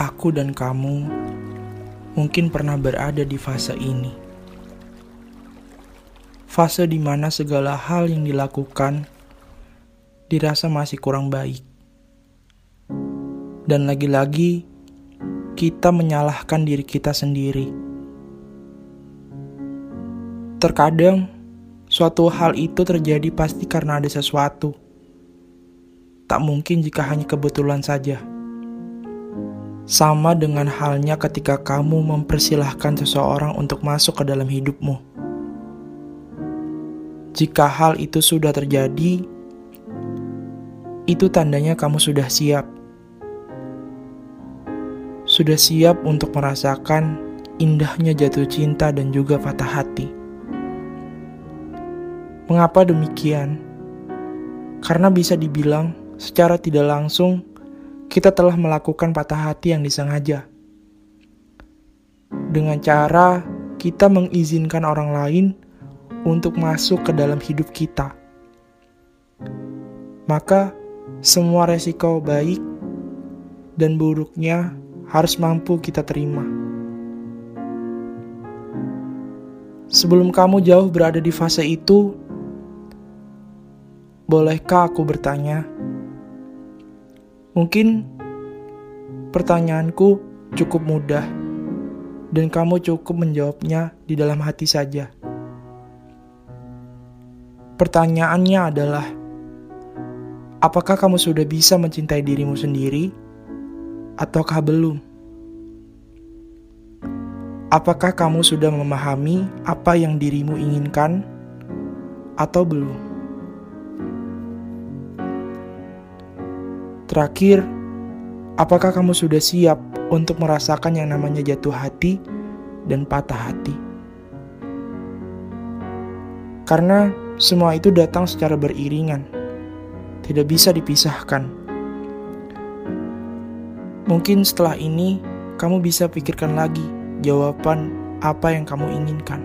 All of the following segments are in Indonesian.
Aku dan kamu mungkin pernah berada di fase ini. Fase di mana segala hal yang dilakukan dirasa masih kurang baik. Dan lagi-lagi kita menyalahkan diri kita sendiri. Terkadang suatu hal itu terjadi pasti karena ada sesuatu. Tak mungkin jika hanya kebetulan saja. Sama dengan halnya ketika kamu mempersilahkan seseorang untuk masuk ke dalam hidupmu. Jika hal itu sudah terjadi, itu tandanya kamu sudah siap. Sudah siap untuk merasakan indahnya jatuh cinta dan juga patah hati. Mengapa demikian? Karena bisa dibilang secara tidak langsung kita telah melakukan patah hati yang disengaja. Dengan cara kita mengizinkan orang lain untuk masuk ke dalam hidup kita. Maka semua resiko baik dan buruknya harus mampu kita terima. Sebelum kamu jauh berada di fase itu, bolehkah aku bertanya? Mungkin pertanyaanku cukup mudah dan kamu cukup menjawabnya di dalam hati saja. Pertanyaannya adalah, apakah kamu sudah bisa mencintai dirimu sendiri ataukah belum? Apakah kamu sudah memahami apa yang dirimu inginkan atau belum? Terakhir, apakah kamu sudah siap untuk merasakan yang namanya jatuh hati dan patah hati? Karena semua itu datang secara beriringan, tidak bisa dipisahkan. Mungkin setelah ini, kamu bisa pikirkan lagi jawaban apa yang kamu inginkan.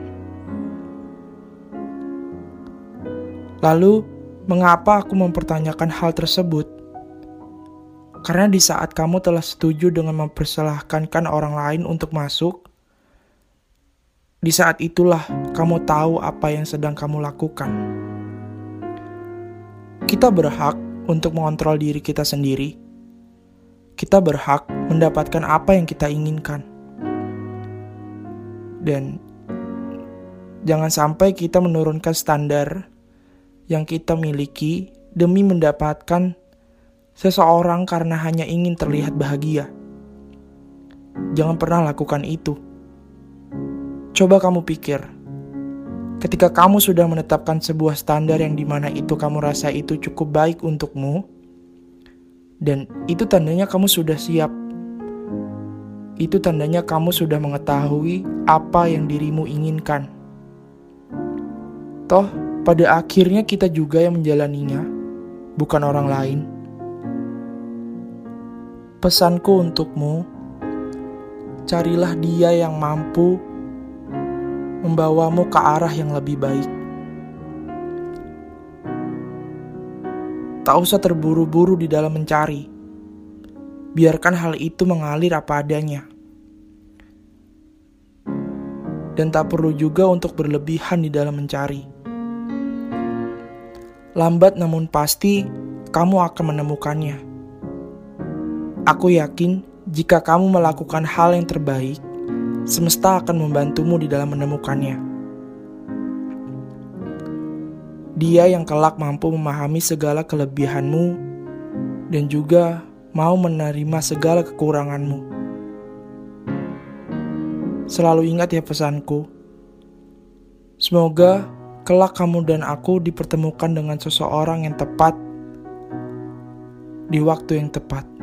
Lalu, mengapa aku mempertanyakan hal tersebut? Karena di saat kamu telah setuju dengan mempersilahkan orang lain untuk masuk, di saat itulah kamu tahu apa yang sedang kamu lakukan. Kita berhak untuk mengontrol diri kita sendiri. Kita berhak mendapatkan apa yang kita inginkan. Dan jangan sampai kita menurunkan standar yang kita miliki demi mendapatkan seseorang karena hanya ingin terlihat bahagia. Jangan pernah lakukan itu. Coba kamu pikir, ketika kamu sudah menetapkan sebuah standar yang dimana itu kamu rasa itu cukup baik untukmu, dan itu tandanya kamu sudah siap. Itu tandanya kamu sudah mengetahui apa yang dirimu inginkan. Toh, pada akhirnya kita juga yang menjalaninya, bukan orang lain. Pesanku untukmu, carilah dia yang mampu membawamu ke arah yang lebih baik. Tak usah terburu-buru di dalam mencari. Biarkan hal itu mengalir apa adanya. Dan tak perlu juga untuk berlebihan di dalam mencari. Lambat namun pasti, kamu akan menemukannya. Aku yakin jika kamu melakukan hal yang terbaik, semesta akan membantumu di dalam menemukannya. Dia yang kelak mampu memahami segala kelebihanmu dan juga mau menerima segala kekuranganmu. Selalu ingat ya pesanku. Semoga kelak kamu dan aku dipertemukan dengan seseorang yang tepat di waktu yang tepat.